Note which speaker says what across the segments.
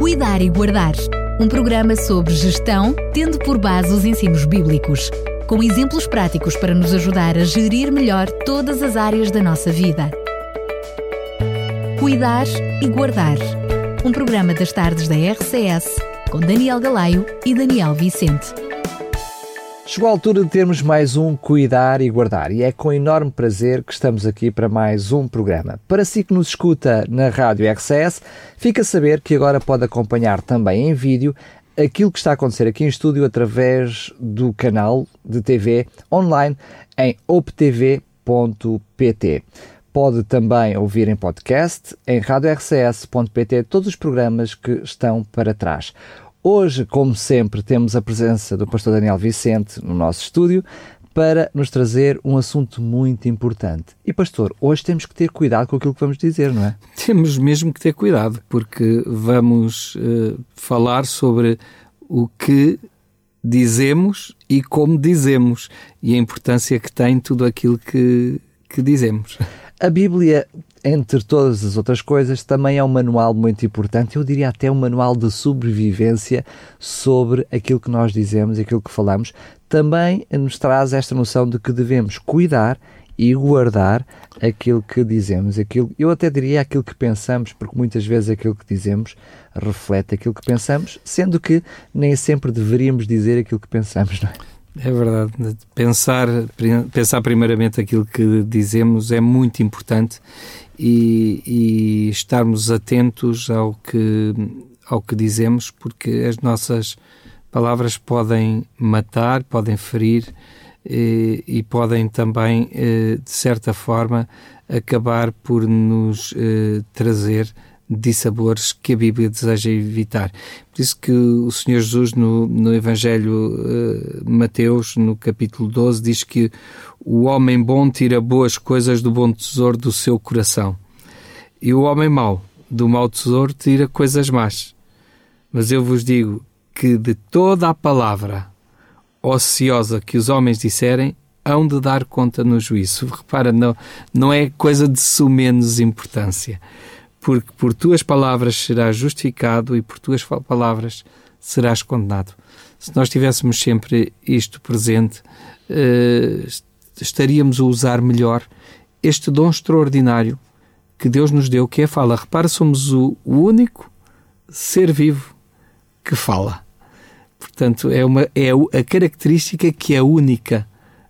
Speaker 1: Cuidar e Guardar, um programa sobre gestão, tendo por base os ensinos bíblicos, com exemplos práticos para nos ajudar a gerir melhor todas as áreas da nossa vida. Cuidar e Guardar, um programa das tardes da RCS, com Daniel Galaio e Daniel Vicente.
Speaker 2: Chegou a altura de termos mais um Cuidar e Guardar e é com enorme prazer que estamos aqui para mais um programa. Para si que nos escuta na Rádio RCS, fica a saber que agora pode acompanhar também em vídeo aquilo que está a acontecer aqui em estúdio através do canal de TV online em optv.pt. Pode também ouvir em podcast em radiorcs.pt todos os programas que estão para trás. Hoje, como sempre, temos a presença do pastor Daniel Vicente no nosso estúdio para nos trazer um assunto muito importante. E pastor, hoje temos que ter cuidado com aquilo que vamos dizer, não é?
Speaker 3: Temos mesmo que ter cuidado, porque vamos falar sobre o que dizemos e como dizemos e a importância que tem tudo aquilo que dizemos.
Speaker 2: A Bíblia, entre todas as outras coisas, também é um manual muito importante, eu diria até um manual de sobrevivência sobre aquilo que nós dizemos e aquilo que falamos. Também nos traz esta noção de que devemos cuidar e guardar aquilo que dizemos, eu até diria aquilo que pensamos, porque muitas vezes aquilo que dizemos reflete aquilo que pensamos, sendo que nem sempre deveríamos dizer aquilo que pensamos, não é?
Speaker 3: É verdade. Pensar primeiramente aquilo que dizemos é muito importante e estarmos atentos ao que dizemos, porque as nossas palavras podem matar, podem ferir e podem também, de certa forma, acabar por nos trazer dissabores que a Bíblia deseja evitar. Por isso que o Senhor Jesus no Evangelho Mateus, no capítulo 12, diz que o homem bom tira boas coisas do bom tesouro do seu coração e o homem mau do mau tesouro tira coisas más. Mas eu vos digo que de toda a palavra ociosa que os homens disserem, hão de dar conta no juízo. Repara, não é coisa de sumenos importância. Porque por tuas palavras serás justificado e por tuas palavras serás condenado. Se nós tivéssemos sempre isto presente, estaríamos a usar melhor este dom extraordinário que Deus nos deu, que é a fala. Repara, somos o único ser vivo que fala. Portanto, é a característica que é única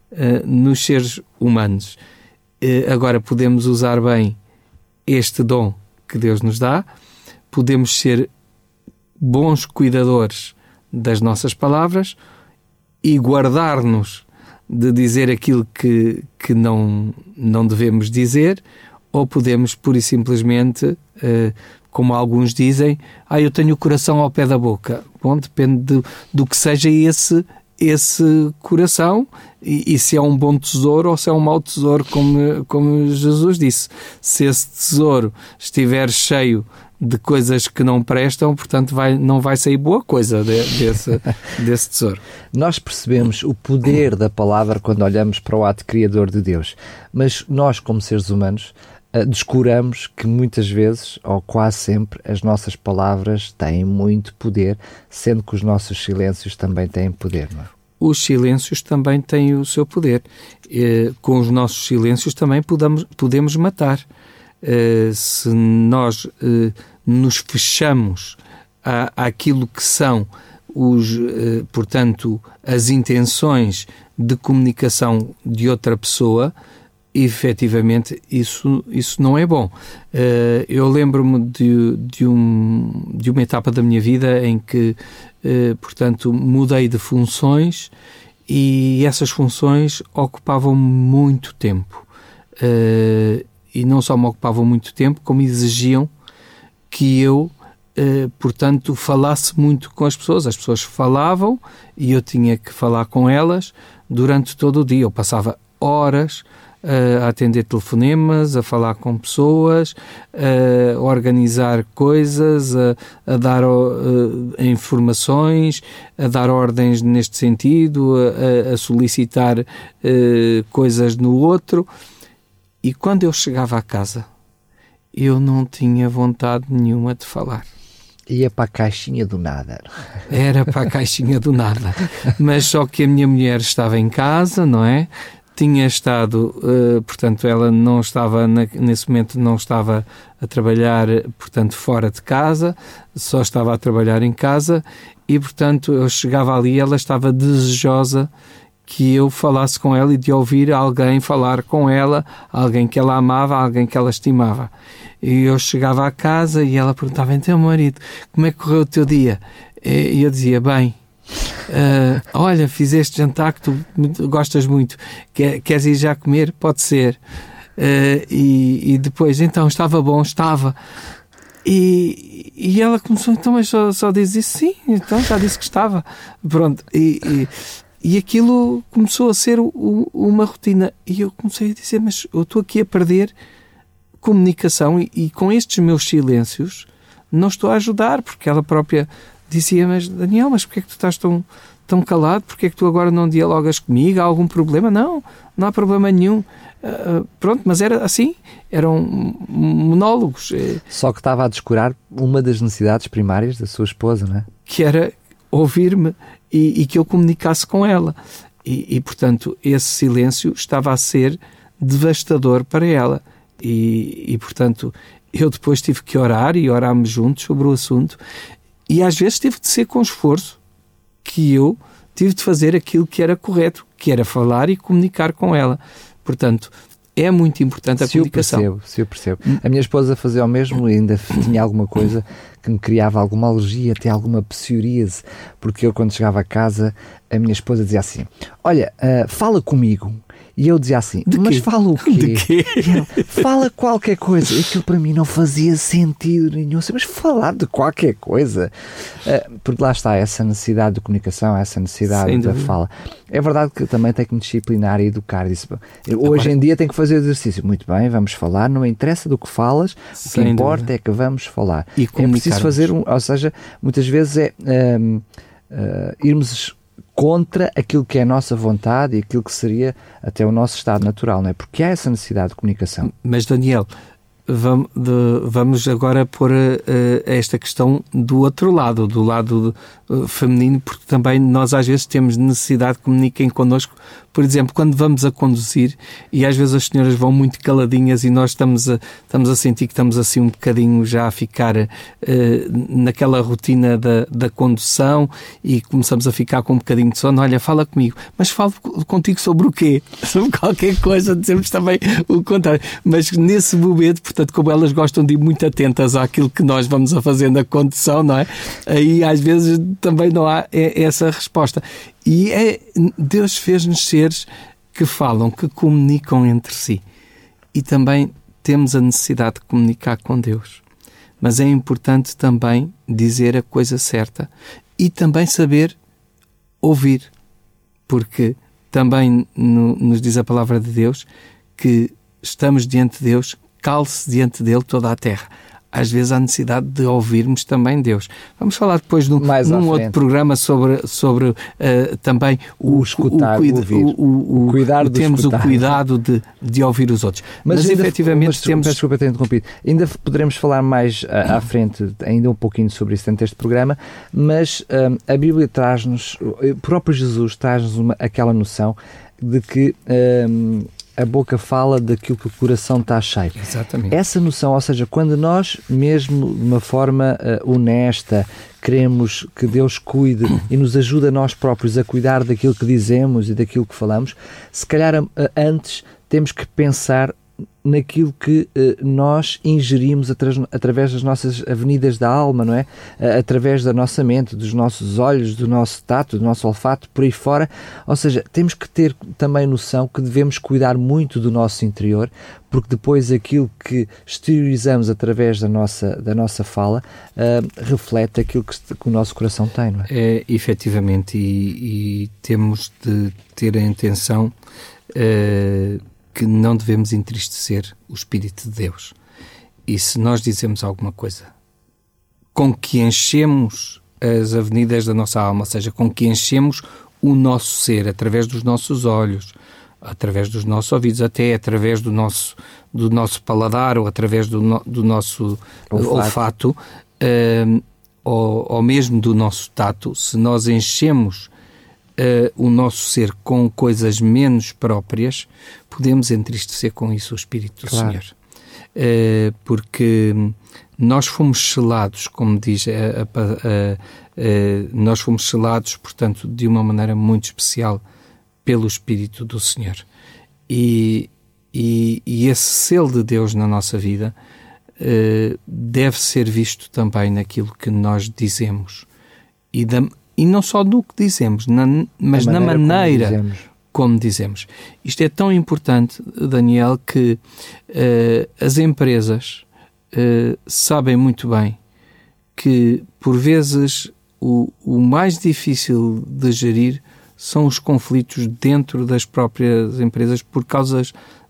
Speaker 3: nos seres humanos. Agora, podemos usar bem este dom que Deus nos dá, podemos ser bons cuidadores das nossas palavras e guardar-nos de dizer aquilo que não devemos dizer, ou podemos pura e simplesmente, como alguns dizem, eu tenho o coração ao pé da boca. Bom, depende do que seja esse coração e se é um bom tesouro ou se é um mau tesouro, como Jesus disse. Se esse tesouro estiver cheio de coisas que não prestam, portanto não vai sair boa coisa desse tesouro.
Speaker 2: Nós percebemos o poder da palavra quando olhamos para o ato criador de Deus, mas nós, como seres humanos, descuramos que muitas vezes, ou quase sempre, as nossas palavras têm muito poder, sendo que os nossos silêncios também têm poder, não é?
Speaker 3: Os silêncios também têm o seu poder. Com os nossos silêncios também podemos matar. Se nós nos fechamos àquilo que são portanto, as intenções de comunicação de outra pessoa, efetivamente isso não é bom. Eu lembro-me de uma etapa da minha vida em que, portanto, mudei de funções e essas funções ocupavam muito tempo. E não só me ocupavam muito tempo, como exigiam que eu, portanto, falasse muito com as pessoas. As pessoas falavam e eu tinha que falar com elas durante todo o dia. Eu passava horas a atender telefonemas, a falar com pessoas, a organizar coisas, a dar informações, a dar ordens neste sentido, a solicitar coisas no outro. E quando eu chegava à casa, eu não tinha vontade nenhuma de falar.
Speaker 2: Ia para a caixinha do nada.
Speaker 3: Era para a caixinha do nada. Mas só que a minha mulher estava em casa, não é? Tinha estado, portanto, ela não estava, nesse momento não estava a trabalhar, portanto, fora de casa, só estava a trabalhar em casa e, portanto, eu chegava ali e ela estava desejosa que eu falasse com ela e de ouvir alguém falar com ela, alguém que ela amava, alguém que ela estimava. E eu chegava à casa e ela perguntava, então, marido, como é que correu o teu dia? E eu dizia, bem, olha, fiz este jantar que tu gostas muito, queres ir já comer? Pode ser. E depois, então, estava bom? Estava. E ela começou, então, mas só diz isso? Sim, então já disse que estava. Pronto, e aquilo começou a ser uma rotina. E eu comecei a dizer, mas eu estou aqui a perder comunicação e com estes meus silêncios não estou a ajudar, porque ela própria dizia, mas Daniel, mas porquê é que tu estás tão calado? Porquê é que tu agora não dialogas comigo? Há algum problema? Não há problema nenhum. Pronto, mas era assim, eram monólogos.
Speaker 2: Só que estava a descurar uma das necessidades primárias da sua esposa, não é?
Speaker 3: Que era ouvir-me e que eu comunicasse com ela. E, portanto, esse silêncio estava a ser devastador para ela. E, portanto, eu depois tive que orar e orámos juntos sobre o assunto. E às vezes tive de ser com esforço que eu tive de fazer aquilo que era correto, que era falar e comunicar com ela. Portanto, é muito importante a comunicação.
Speaker 2: Se eu percebo. A minha esposa fazia o mesmo e ainda tinha alguma coisa que me criava alguma alergia, até alguma psoríase, porque eu, quando chegava a casa, a minha esposa dizia assim, olha, fala comigo. E eu dizia assim, mas fala o quê?
Speaker 3: De quê?
Speaker 2: Fala qualquer coisa. E aquilo para mim não fazia sentido nenhum. Mas falar de qualquer coisa? Porque lá está essa necessidade de comunicação, essa necessidade da fala. É verdade que também tem que me disciplinar e educar. Hoje em dia tem que fazer exercício. Muito bem, vamos falar. Não interessa do que falas. O que importa é que vamos falar.
Speaker 3: E
Speaker 2: é preciso fazer, ou seja, muitas vezes irmos contra aquilo que é a nossa vontade e aquilo que seria até o nosso estado natural, não é? Porque há essa necessidade de comunicação.
Speaker 3: Mas, Daniel, vamos agora pôr esta questão do outro lado, do lado feminino, porque também nós às vezes temos necessidade que comuniquem connosco. Por exemplo, quando vamos a conduzir e às vezes as senhoras vão muito caladinhas e nós estamos a sentir que estamos assim um bocadinho já a ficar naquela rotina da condução e começamos a ficar com um bocadinho de sono. Olha, fala comigo. Mas falo contigo sobre o quê? Sobre qualquer coisa, dizemos também o contrário. Mas nesse momento, portanto, como elas gostam de ir muito atentas àquilo que nós vamos a fazer na condução, não é? Aí às vezes também não há essa resposta. E Deus fez-nos seres que falam, que comunicam entre si. E também temos a necessidade de comunicar com Deus. Mas é importante também dizer a coisa certa e também saber ouvir. Porque também nos diz a palavra de Deus que estamos diante de Deus, cale-se diante dele toda a terra. Às vezes há necessidade de ouvirmos também Deus. Vamos falar depois num outro programa sobre também o escutar, o cuidar temos escutar. O cuidado de ouvir os outros. Mas efetivamente temos...
Speaker 2: Desculpa ter interrompido. Ainda poderemos falar mais à frente, ainda um pouquinho sobre isso dentro deste programa, mas a Bíblia traz-nos, o próprio Jesus traz-nos aquela noção de que... a boca fala daquilo que o coração está cheio.
Speaker 3: Exatamente.
Speaker 2: Essa noção, ou seja, quando nós, mesmo de uma forma honesta, queremos que Deus cuide e nos ajude a nós próprios a cuidar daquilo que dizemos e daquilo que falamos, se calhar antes temos que pensar naquilo que nós ingerimos através das nossas avenidas da alma, não é? Através da nossa mente, dos nossos olhos, do nosso tato, do nosso olfato, por aí fora. Ou seja, temos que ter também noção que devemos cuidar muito do nosso interior, porque depois aquilo que exteriorizamos através da nossa fala reflete aquilo que o nosso coração tem, não é?
Speaker 3: Efetivamente, e temos de ter a intenção que não devemos entristecer o Espírito de Deus. E se nós dizemos alguma coisa com que enchemos as avenidas da nossa alma, ou seja, com que enchemos o nosso ser, através dos nossos olhos, através dos nossos ouvidos, até através do nosso paladar ou através do nosso olfato, ou mesmo do nosso tato, se nós enchemos o nosso ser com coisas menos próprias, podemos entristecer com isso o Espírito do Senhor. Porque nós fomos selados, como diz nós fomos selados, portanto, de uma maneira muito especial pelo Espírito do Senhor. E esse selo de Deus na nossa vida deve ser visto também naquilo que nós dizemos. E não só no que dizemos, mas na maneira como dizemos. Isto é tão importante, Daniel, que as empresas sabem muito bem que, por vezes, o mais difícil de gerir são os conflitos dentro das próprias empresas por causa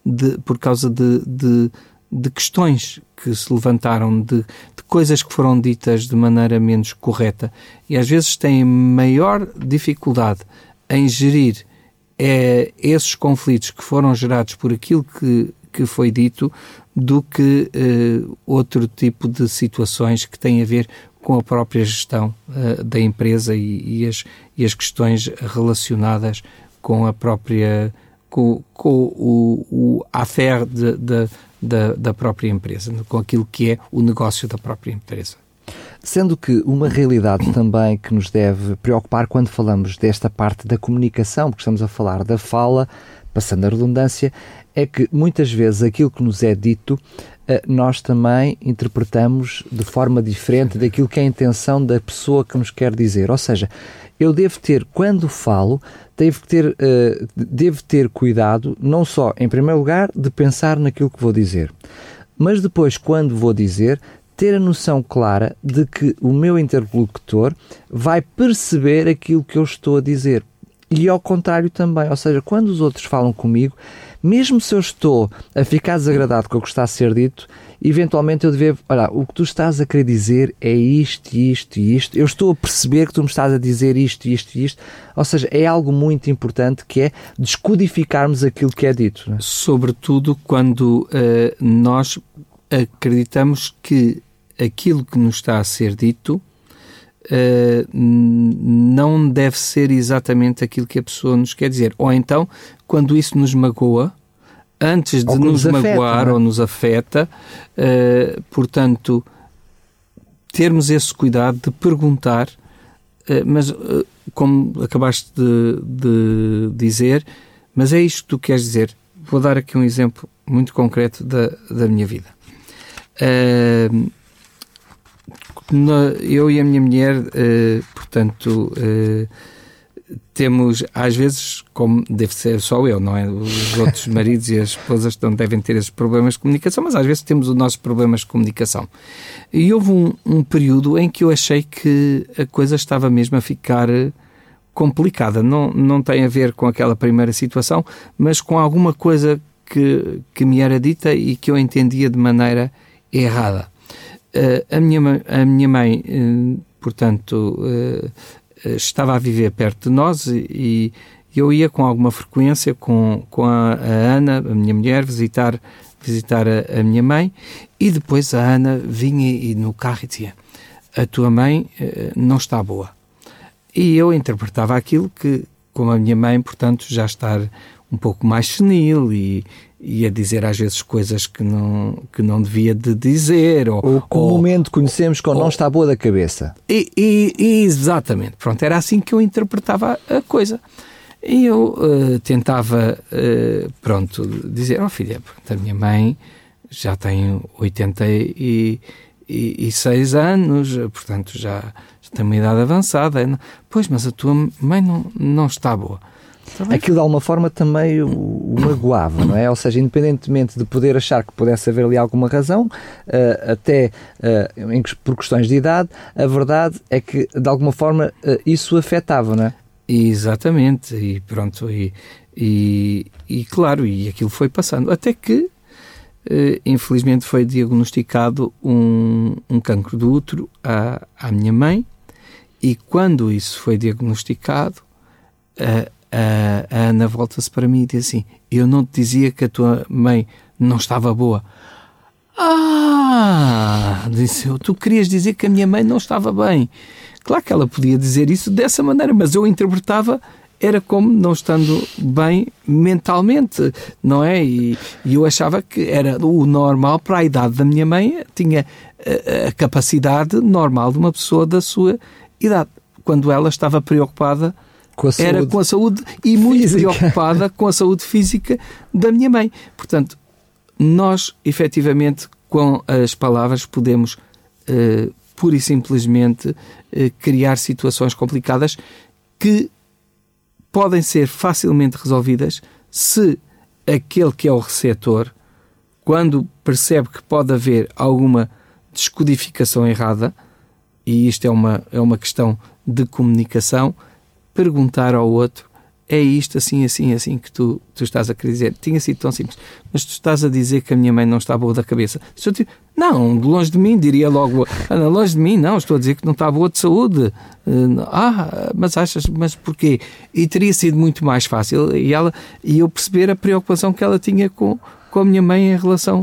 Speaker 3: de questões que se levantaram, de coisas que foram ditas de maneira menos correta, e às vezes têm maior dificuldade em gerir esses conflitos que foram gerados por aquilo que foi dito, do que outro tipo de situações que têm a ver com a própria gestão da empresa e as questões relacionadas com a própria com o affaire da própria empresa, com aquilo que é o negócio da própria empresa.
Speaker 2: Sendo que uma realidade também que nos deve preocupar quando falamos desta parte da comunicação, porque estamos a falar da fala, passando a redundância, é que muitas vezes aquilo que nos é dito nós também interpretamos de forma diferente daquilo que é a intenção da pessoa que nos quer dizer. Ou seja, eu devo ter, quando falo, devo ter cuidado, não só, em primeiro lugar, de pensar naquilo que vou dizer, mas depois, quando vou dizer, ter a noção clara de que o meu interlocutor vai perceber aquilo que eu estou a dizer. E ao contrário também, ou seja, quando os outros falam comigo, mesmo se eu estou a ficar desagradado com o que está a ser dito, eventualmente eu devo, olha, o que tu estás a querer dizer é isto, isto e isto, eu estou a perceber que tu me estás a dizer isto, isto e isto, ou seja, é algo muito importante que é descodificarmos aquilo que é dito. Não é?
Speaker 3: Sobretudo quando nós acreditamos que aquilo que nos está a ser dito não deve ser exatamente aquilo que a pessoa nos quer dizer. Ou então, quando isso nos magoa, antes de nos magoar ou nos afeta, portanto, termos esse cuidado de perguntar, mas como acabaste de dizer, mas é isto que tu queres dizer. Vou dar aqui um exemplo muito concreto da minha vida. Eu e a minha mulher, portanto, temos, às vezes, como deve ser só eu, não é? Os outros maridos e as esposas não devem ter esses problemas de comunicação, mas às vezes temos os nossos problemas de comunicação. E houve um período em que eu achei que a coisa estava mesmo a ficar complicada. Não tem a ver com aquela primeira situação, mas com alguma coisa que me era dita e que eu entendia de maneira errada. A minha mãe, portanto, estava a viver perto de nós e eu ia com alguma frequência com a Ana, a minha mulher, visitar a minha mãe, e depois a Ana vinha e no carro e dizia: a tua mãe não está boa. E eu interpretava aquilo que, como a minha mãe, portanto, já estar um pouco mais senil e a dizer às vezes coisas que não devia de dizer.
Speaker 2: Ou comumente conhecemos como não está boa da cabeça.
Speaker 3: Exatamente. Pronto, era assim que eu interpretava a coisa. E eu tentava, dizer: filha, a minha mãe já tem 86 anos, portanto já tem uma idade avançada. Pois, mas a tua mãe não está boa.
Speaker 2: Aquilo de alguma forma também o magoava, não é? Ou seja, independentemente de poder achar que pudesse haver ali alguma razão, por questões de idade, a verdade é que de alguma forma isso afetava, não é?
Speaker 3: Exatamente, e pronto, e claro, e aquilo foi passando, até que infelizmente foi diagnosticado um cancro do útero à minha mãe, e quando isso foi diagnosticado, a Ana volta-se para mim e diz assim: eu não te dizia que a tua mãe não estava boa. Disse eu, tu querias dizer que a minha mãe não estava bem. Claro que ela podia dizer isso dessa maneira, mas eu interpretava, era como não estando bem mentalmente, não é? E eu achava que era o normal para a idade da minha mãe, tinha a capacidade normal de uma pessoa da sua idade. Quando ela estava preocupada, era com a saúde e muito física. Preocupada com a saúde física da minha mãe. Portanto, nós, efetivamente, com as palavras podemos pura e simplesmente criar situações complicadas que podem ser facilmente resolvidas se aquele que é o receptor, quando percebe que pode haver alguma descodificação errada, e isto é uma questão de comunicação, perguntar ao outro: é isto assim, assim, assim que tu estás a querer dizer? Tinha sido tão simples. Mas tu estás a dizer que a minha mãe não está boa da cabeça. Não, de longe de mim, diria logo: longe de mim, não, estou a dizer que não está boa de saúde. Mas porquê? E teria sido muito mais fácil e eu perceber a preocupação que ela tinha com a minha mãe em relação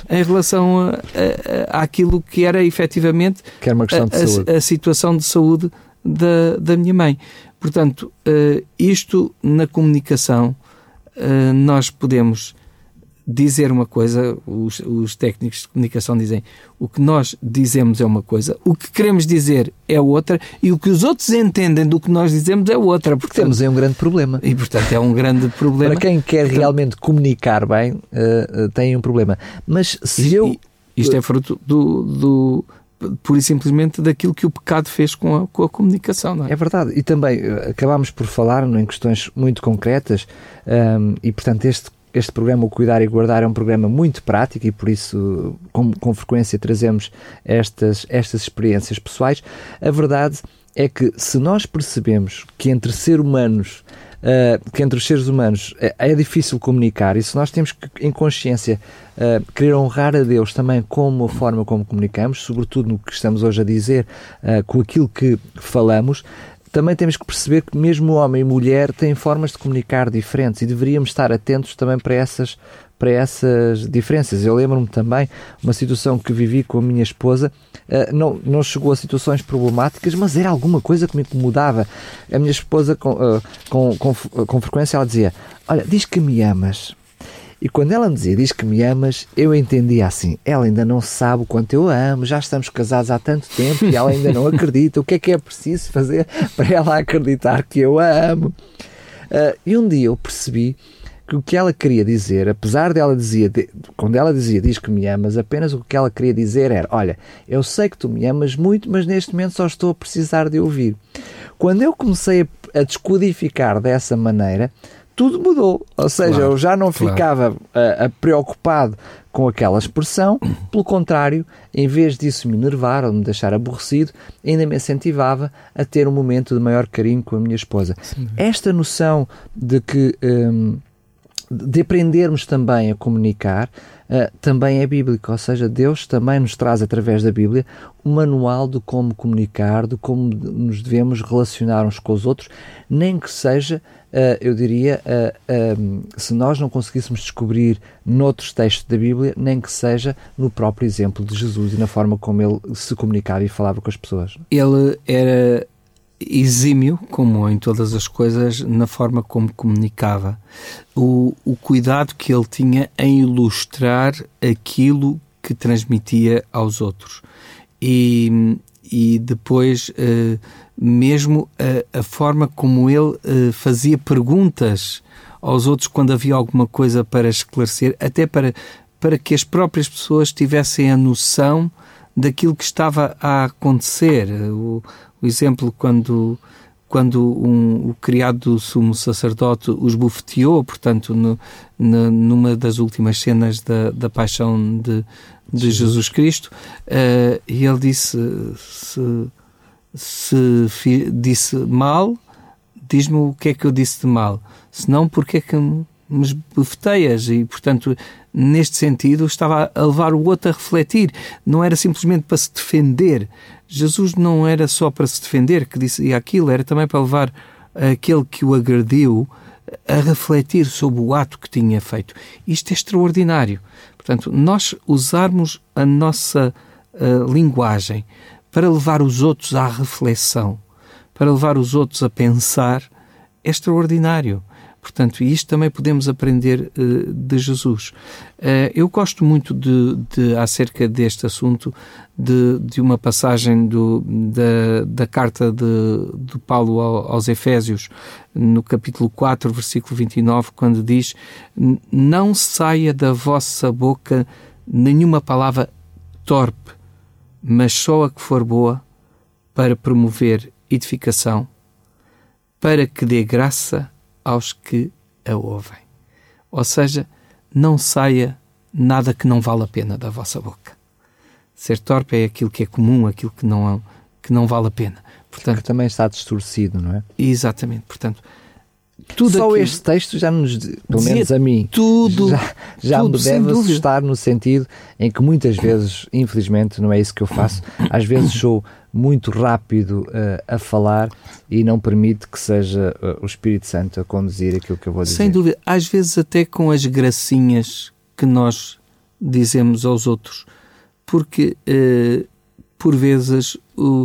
Speaker 3: àquilo que era efetivamente
Speaker 2: que era uma questão de saúde.
Speaker 3: A situação de saúde da minha mãe. Portanto, isto na comunicação, nós podemos dizer uma coisa, os técnicos de comunicação dizem: o que nós dizemos é uma coisa, o que queremos dizer é outra, e o que os outros entendem do que nós dizemos é outra.
Speaker 2: Porque temos aí um grande problema.
Speaker 3: E, portanto, é um grande problema.
Speaker 2: Para quem quer realmente comunicar bem, tem um problema. Mas se
Speaker 3: Isto é fruto pura e simplesmente daquilo que o pecado fez com a comunicação, não é?
Speaker 2: É verdade. E também acabámos por falar em questões muito concretas e, portanto, este programa, o Cuidar e Guardar, é um programa muito prático e, por isso, com frequência trazemos estas experiências pessoais. A verdade é que, se nós percebemos que entre os seres humanos é difícil comunicar, e se nós temos que, em consciência, querer honrar a Deus também com a forma como comunicamos, sobretudo no que estamos hoje a dizer, com aquilo que falamos, também temos que perceber que mesmo homem e mulher têm formas de comunicar diferentes e deveríamos estar atentos também para essas diferenças. Eu lembro-me também uma situação que vivi com a minha esposa, não chegou a situações problemáticas, mas era alguma coisa que me incomodava. A minha esposa com frequência ela dizia: olha, diz que me amas. E quando ela me dizia: diz que me amas, eu entendia assim: ela ainda não sabe o quanto eu a amo, já estamos casados há tanto tempo e ela ainda não acredita. O que é preciso fazer para ela acreditar que eu a amo? E um dia eu percebi que o que ela queria dizer, apesar dela quando ela dizia diz que me amas, apenas o que ela queria dizer era: olha, eu sei que tu me amas muito, mas neste momento só estou a precisar de ouvir. Quando eu comecei a descodificar dessa maneira, tudo mudou. Ou seja, eu já não ficava preocupado com aquela expressão, pelo contrário, em vez disso me enervar ou me deixar aborrecido, ainda me incentivava a ter um momento de maior carinho com a minha esposa. Sim. Esta noção de aprendermos também a comunicar também é bíblico, ou seja, Deus também nos traz através da Bíblia um manual de como comunicar, de como nos devemos relacionar uns com os outros, nem que seja, eu diria, se nós não conseguíssemos descobrir noutros textos da Bíblia, nem que seja no próprio exemplo de Jesus e na forma como ele se comunicava e falava com as pessoas.
Speaker 3: Ele era exímio, como em todas as coisas, na forma como comunicava. O cuidado que ele tinha em ilustrar aquilo que transmitia aos outros. E depois, mesmo a forma como ele fazia perguntas aos outros quando havia alguma coisa para esclarecer, até para que as próprias pessoas tivessem a noção daquilo que estava a acontecer. O exemplo, quando o criado do sumo sacerdote os bufeteou, portanto, numa das últimas cenas da paixão de Jesus Cristo, e ele disse: se disse mal, diz-me o que é que eu disse de mal, senão porque é que me bufeteias? E, portanto, neste sentido, estava a levar o outro a refletir. Não era simplesmente para se defender. Jesus não era só para se defender que disse aquilo, era também para levar aquele que o agrediu a refletir sobre o ato que tinha feito. Isto é extraordinário. Portanto, nós usarmos a nossa linguagem para levar os outros à reflexão, para levar os outros a pensar, é extraordinário. Portanto, isto também podemos aprender de Jesus. Eu gosto muito acerca deste assunto de uma passagem da carta de Paulo aos Efésios, no capítulo 4, versículo 29, quando diz: não saia da vossa boca nenhuma palavra torpe, mas só a que for boa, para promover edificação, para que dê graça aos que a ouvem. Ou seja, não saia nada que não vale a pena da vossa boca. Ser torpe é aquilo que é comum, aquilo que não vale a pena. Portanto,
Speaker 2: que também está distorcido, não é?
Speaker 3: Exatamente. Portanto,
Speaker 2: só este texto já nos, pelo menos a mim, já me deve assustar, no sentido em que muitas vezes, infelizmente, não é isso que eu faço, às vezes sou muito rápido a falar e não permite que seja o Espírito Santo a conduzir aquilo que eu vou dizer.
Speaker 3: Sem dúvida, às vezes até com as gracinhas que nós dizemos aos outros, porque por vezes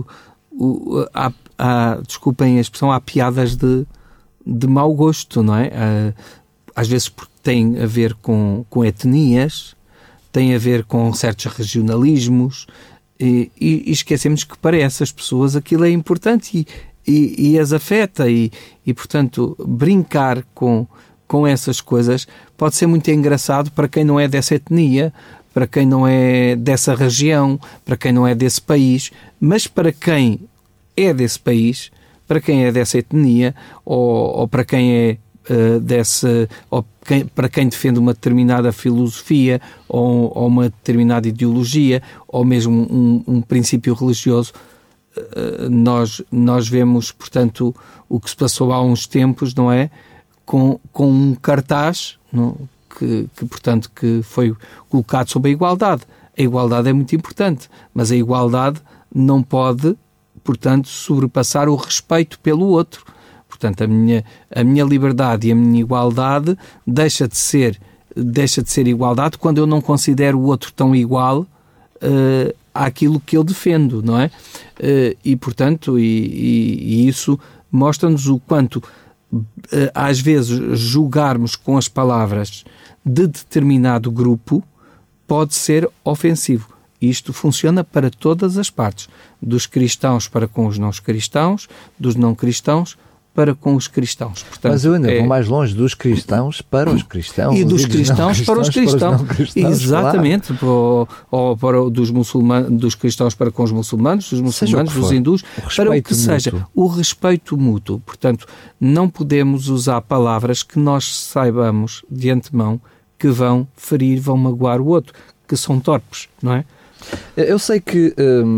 Speaker 3: desculpem a expressão, há piadas de mau gosto, não é? Às vezes porque tem a ver com etnias, tem a ver com certos regionalismos, e esquecemos que para essas pessoas aquilo é importante e as afeta, e portanto brincar com essas coisas pode ser muito engraçado para quem não é dessa etnia, para quem não é dessa região, para quem não é desse país, mas para quem é desse país, para quem é dessa etnia, ou para quem é para quem defende uma determinada filosofia ou uma determinada ideologia, ou mesmo um princípio religioso, nós vemos, portanto, o que se passou há uns tempos, não é? Com um cartaz, não? Portanto, que foi colocado sobre a igualdade. A igualdade é muito importante, mas a igualdade não pode, portanto, sobrepassar o respeito pelo outro. Portanto, a minha liberdade e a minha igualdade deixa de ser igualdade quando eu não considero o outro tão igual àquilo que eu defendo, não é? E, portanto, e isso mostra-nos o quanto, às vezes, julgarmos com as palavras de determinado grupo pode ser ofensivo. Isto funciona para todas as partes, dos cristãos para com os não cristãos, dos não cristãos para com os cristãos. Portanto,
Speaker 2: mas eu ainda vou mais longe, dos cristãos para os cristãos.
Speaker 3: E dos cristãos para os cristãos. Exatamente. Claro. Ou para dos cristãos para com os muçulmanos, dos muçulmanos, dos hindus, para o que seja. O respeito mútuo. Portanto, não podemos usar palavras que nós saibamos de antemão que vão ferir, vão magoar o outro, que são torpes, não é?
Speaker 2: Eu sei que...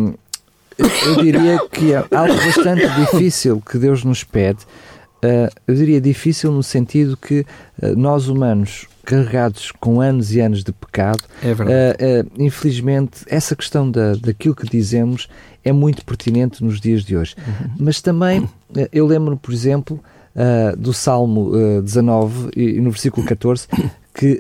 Speaker 2: eu diria que é algo bastante difícil que Deus nos pede. Eu diria difícil no sentido que nós humanos, carregados com anos e anos de pecado, infelizmente essa questão daquilo que dizemos é muito pertinente nos dias de hoje. Mas também eu lembro, por exemplo, do Salmo 19 e no versículo 14, que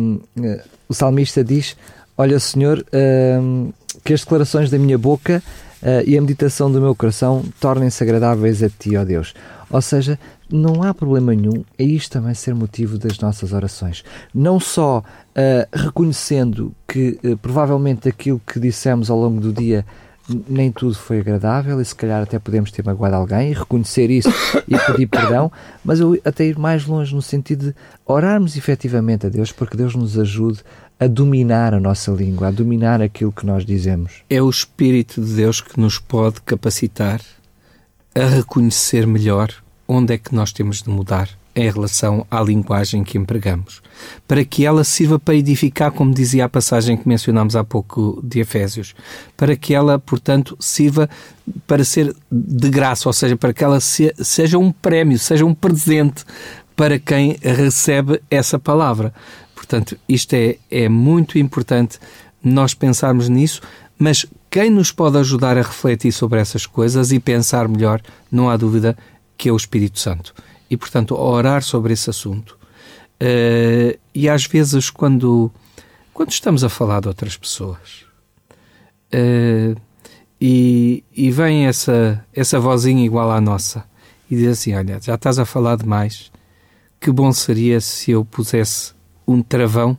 Speaker 2: o salmista diz: olha, Senhor, que as declarações da minha boca e a meditação do meu coração tornem-se agradáveis a Ti, ó Deus. Ou seja, não há problema nenhum é isto também ser motivo das nossas orações. Não só reconhecendo que provavelmente aquilo que dissemos ao longo do dia nem tudo foi agradável e se calhar até podemos ter magoado alguém, e reconhecer isso e pedir perdão, mas eu até ir mais longe no sentido de orarmos efetivamente a Deus, porque Deus nos ajude a dominar a nossa língua, a dominar aquilo que nós dizemos.
Speaker 3: É o Espírito de Deus que nos pode capacitar a reconhecer melhor onde é que nós temos de mudar em relação à linguagem que empregamos, para que ela sirva para edificar, como dizia a passagem que mencionámos há pouco de Efésios, para que ela, portanto, sirva para ser de graça, ou seja, para que ela seja um prémio, seja um presente para quem recebe essa palavra. Portanto, isto é muito importante nós pensarmos nisso, mas quem nos pode ajudar a refletir sobre essas coisas e pensar melhor, não há dúvida, que é o Espírito Santo. E, portanto, orar sobre esse assunto. E às vezes, quando quando estamos a falar de outras pessoas e vem essa vozinha igual à nossa e diz assim, olha, já estás a falar demais, que bom seria se eu pusesse um travão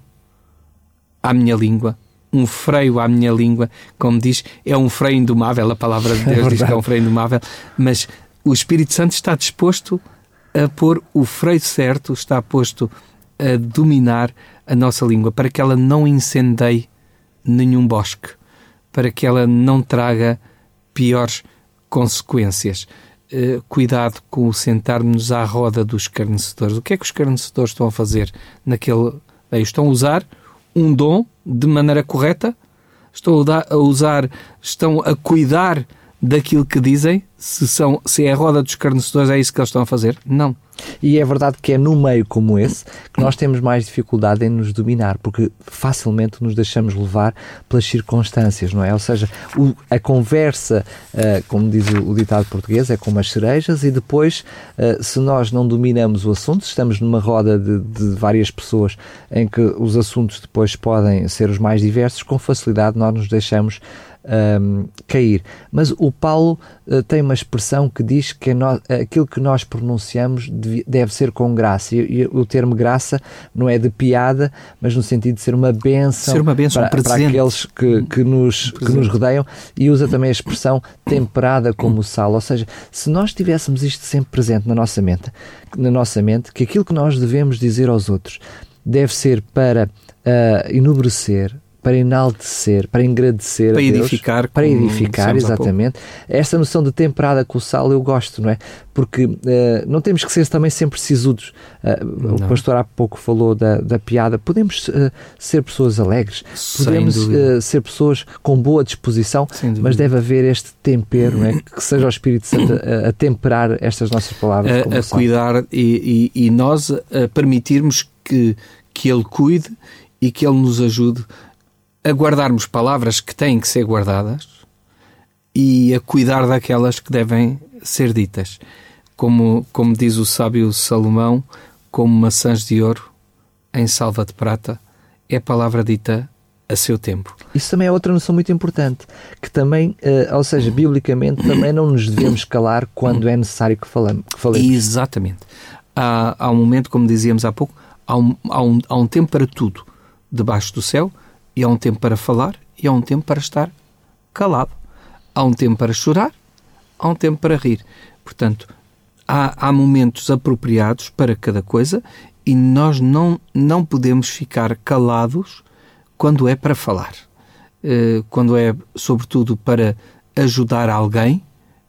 Speaker 3: à minha língua, um freio à minha língua, como diz, é um freio indomável, a palavra de Deus diz que é um freio indomável, mas o Espírito Santo está disposto a pôr o freio certo, está posto a dominar a nossa língua, para que ela não incendeie nenhum bosque, para que ela não traga piores consequências. Cuidado com o sentar-nos à roda dos escarnecedores. O que é que os escarnecedores estão a fazer naquele meio? Estão a usar um dom de maneira correta? Estão a cuidar daquilo que dizem? Se é a roda dos escarnecedores, é isso que eles estão a fazer? Não.
Speaker 2: E é verdade que é num meio como esse que nós temos mais dificuldade em nos dominar, porque facilmente nos deixamos levar pelas circunstâncias, não é? Ou seja, a conversa, como diz o ditado português, é como as cerejas, e depois, se nós não dominamos o assunto, estamos numa roda de várias pessoas em que os assuntos depois podem ser os mais diversos, com facilidade nós nos deixamos cair. Mas o Paulo tem uma expressão que diz que aquilo que nós pronunciamos deve ser com graça, e o termo graça não é de piada, mas no sentido de ser uma bênção, para aqueles que nos rodeiam, e usa também a expressão temperada como o sal. Ou seja, se nós tivéssemos isto sempre presente na nossa mente, que aquilo que nós devemos dizer aos outros deve ser para enobrecer, para enaltecer, para engrandecer,
Speaker 3: para edificar,
Speaker 2: para edificar, exatamente. Esta noção de temperada com o sal eu gosto, não é? Porque não temos que ser também sempre sisudos. O pastor há pouco falou da piada. Podemos ser pessoas alegres, podemos ser pessoas com boa disposição, mas deve haver este tempero, não é? Que seja o Espírito Santo a temperar estas nossas palavras.
Speaker 3: A cuidar e nós a permitirmos que Ele cuide e que Ele nos ajude a guardarmos palavras que têm que ser guardadas e a cuidar daquelas que devem ser ditas. Como diz o sábio Salomão, como maçãs de ouro em salva de prata, é a palavra dita a seu tempo.
Speaker 2: Isso também é outra noção muito importante, que também, ou seja, biblicamente, também não nos devemos calar quando é necessário que falemos.
Speaker 3: Exatamente. Há um momento, como dizíamos há pouco, há um tempo para tudo debaixo do céu, e há um tempo para falar e há um tempo para estar calado. Há um tempo para chorar, há um tempo para rir. Portanto, há momentos apropriados para cada coisa e nós não podemos ficar calados quando é para falar. Quando é, sobretudo, para ajudar alguém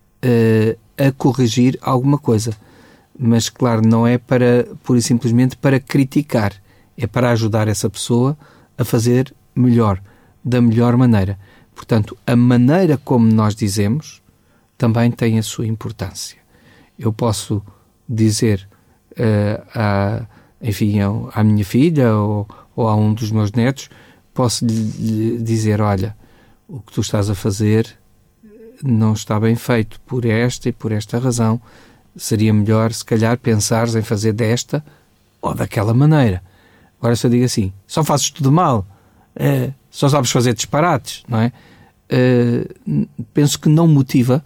Speaker 3: a corrigir alguma coisa. Mas, claro, não é pura e simplesmente para criticar. É para ajudar essa pessoa a fazer melhor, da melhor maneira. Portanto, a maneira como nós dizemos também tem a sua importância. Eu posso dizer à minha filha ou a um dos meus netos, posso lhe dizer, olha, o que tu estás a fazer não está bem feito por esta e por esta razão. Seria melhor, se calhar, pensares em fazer desta ou daquela maneira. Agora, se eu digo assim, só fazes tudo mal, só sabes fazer disparates, não é? Penso que não motiva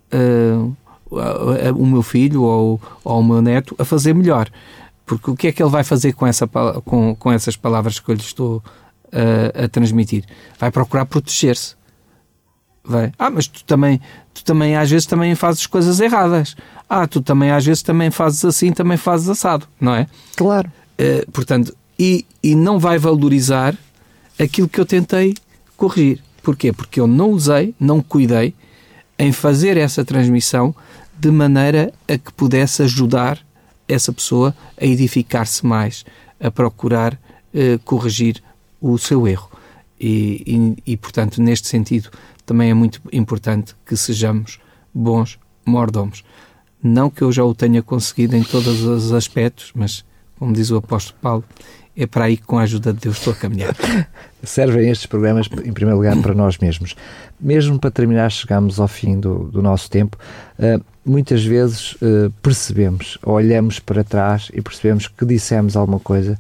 Speaker 3: o meu filho ou o meu neto a fazer melhor. Porque o que é que ele vai fazer com essas palavras que eu lhe estou a transmitir? Vai procurar proteger-se. Mas tu também às vezes também fazes coisas erradas. Tu também às vezes também fazes assim, também fazes assado, não é?
Speaker 2: Claro.
Speaker 3: Portanto, e não vai valorizar aquilo que eu tentei corrigir. Porquê? Porque eu não cuidei em fazer essa transmissão de maneira a que pudesse ajudar essa pessoa a edificar-se mais, a procurar corrigir o seu erro. E, portanto, neste sentido, também é muito importante que sejamos bons mordomos. Não que eu já o tenha conseguido em todos os aspectos, mas, como diz o apóstolo Paulo, é para aí que, com a ajuda de Deus, estou a caminhar.
Speaker 2: Servem estes programas, em primeiro lugar, para nós mesmos. Mesmo para terminar, chegamos ao fim do nosso tempo. Muitas vezes percebemos, olhamos para trás e percebemos que dissemos alguma coisa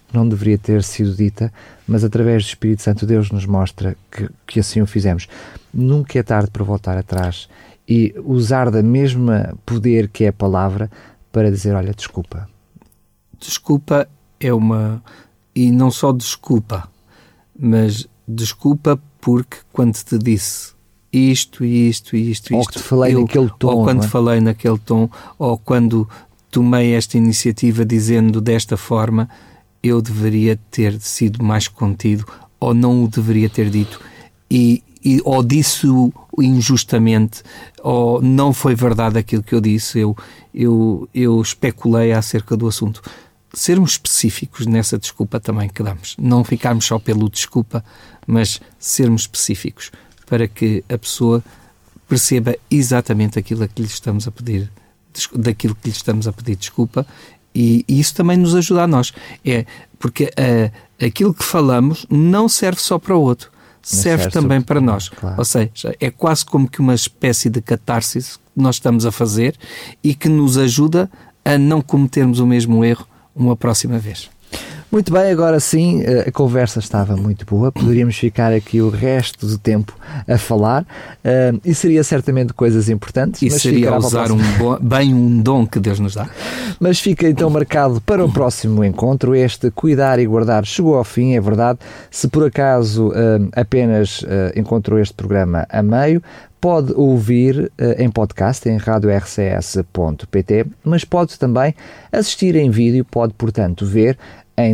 Speaker 2: não deveria ter sido dita, mas através do Espírito Santo Deus nos mostra que assim o fizemos. Nunca é tarde para voltar atrás e usar da mesma poder que é a palavra para dizer, olha, desculpa.
Speaker 3: Desculpa é uma... E não só desculpa, mas desculpa porque quando te disse isto,
Speaker 2: ou que te falei naquele tom,
Speaker 3: ou quando falei naquele tom, ou quando tomei esta iniciativa dizendo desta forma, eu deveria ter sido mais contido, ou não o deveria ter dito, ou disse-o injustamente, ou não foi verdade aquilo que eu disse, eu especulei acerca do assunto. Sermos específicos nessa desculpa também que damos. Não ficarmos só pelo desculpa, mas sermos específicos para que a pessoa perceba exatamente aquilo que lhe estamos a pedir, daquilo que lhe estamos a pedir desculpa, e isso também nos ajuda a nós. Porque aquilo que falamos não serve só para o outro, serve também para nós.
Speaker 2: Claro.
Speaker 3: Ou seja, é quase como que uma espécie de catarse que nós estamos a fazer e que nos ajuda a não cometermos o mesmo erro uma próxima vez.
Speaker 2: Muito bem, agora sim, a conversa estava muito boa, poderíamos ficar aqui o resto do tempo a falar, e seria certamente coisas importantes.
Speaker 3: E seria usar bem um dom que Deus nos dá.
Speaker 2: Mas fica então marcado para o próximo encontro. Este Cuidar e Guardar chegou ao fim, é verdade. Se por acaso apenas encontrou este programa a meio, pode ouvir em podcast em radiorcs.pt, mas pode também assistir em vídeo, pode, portanto, ver em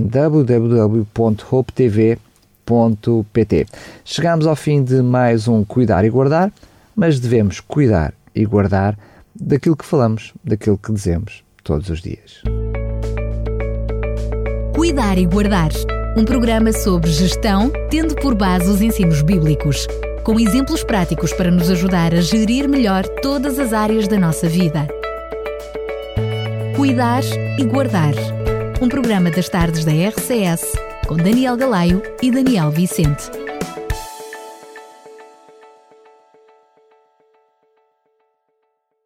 Speaker 2: www.hopetv.pt. Chegamos ao fim de mais um Cuidar e Guardar, mas devemos cuidar e guardar daquilo que falamos, daquilo que dizemos todos os dias.
Speaker 1: Cuidar e Guardar, um programa sobre gestão, tendo por base os ensinos bíblicos, com exemplos práticos para nos ajudar a gerir melhor todas as áreas da nossa vida. Cuidar e Guardar, um programa das tardes da RCS, com Daniel Galaio e Daniel Vicente.